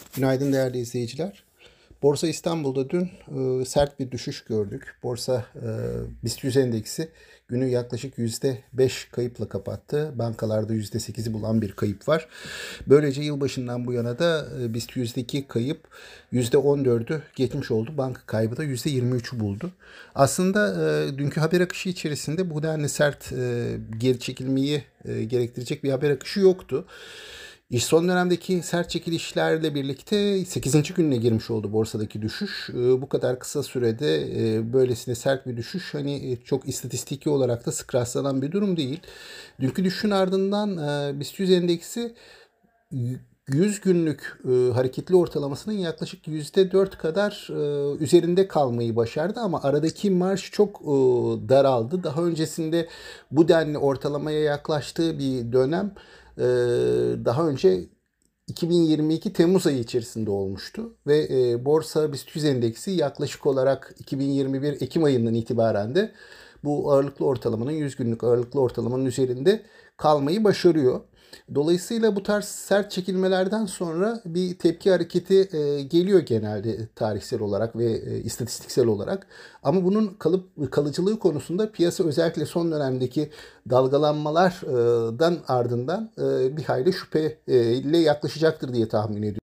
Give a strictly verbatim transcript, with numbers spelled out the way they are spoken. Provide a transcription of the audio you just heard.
Günaydın değerli izleyiciler. Borsa İstanbul'da dün e, sert bir düşüş gördük. Borsa e, BIST yüz endeksi günü yaklaşık yüzde beş kayıpla kapattı. Bankalarda yüzde sekizi bulan bir kayıp var. Böylece yılbaşından bu yana da e, BIST yüzdeki kayıp yüzde on dördü geçmiş oldu. Banka kaybı da yüzde yirmi üçü buldu. Aslında e, dünkü haber akışı içerisinde bu denli sert e, geri çekilmeyi e, gerektirecek bir haber akışı yoktu. İş son dönemdeki sert çekilişlerle birlikte sekizinci gününe girmiş oldu borsadaki düşüş. Bu kadar kısa sürede böylesine sert bir düşüş hani çok istatistiki olarak da sık rastlanan bir durum değil. Dünkü düşüşün ardından BIST yüz endeksi yüz günlük hareketli ortalamasının yaklaşık yüzde dört kadar üzerinde kalmayı başardı ama aradaki marj çok daraldı. Daha öncesinde bu denli ortalamaya yaklaştığı bir dönem daha önce iki bin yirmi iki Temmuz ayı içerisinde olmuştu ve e, borsa BIST yüz endeksi yaklaşık olarak iki bin yirmi bir Ekim ayından itibaren de bu ağırlıklı ortalamanın yüz günlük ağırlıklı ortalamanın üzerinde kalmayı başarıyor. Dolayısıyla bu tarz sert çekilmelerden sonra bir tepki hareketi e, geliyor genelde tarihsel olarak ve e, istatistiksel olarak. Ama bunun kalıp kalıcılığı konusunda piyasa özellikle son dönemdeki dalgalanmalardan ardından e, bir hayli şüpheyle yaklaşacaktır diye tahmin ediyorum.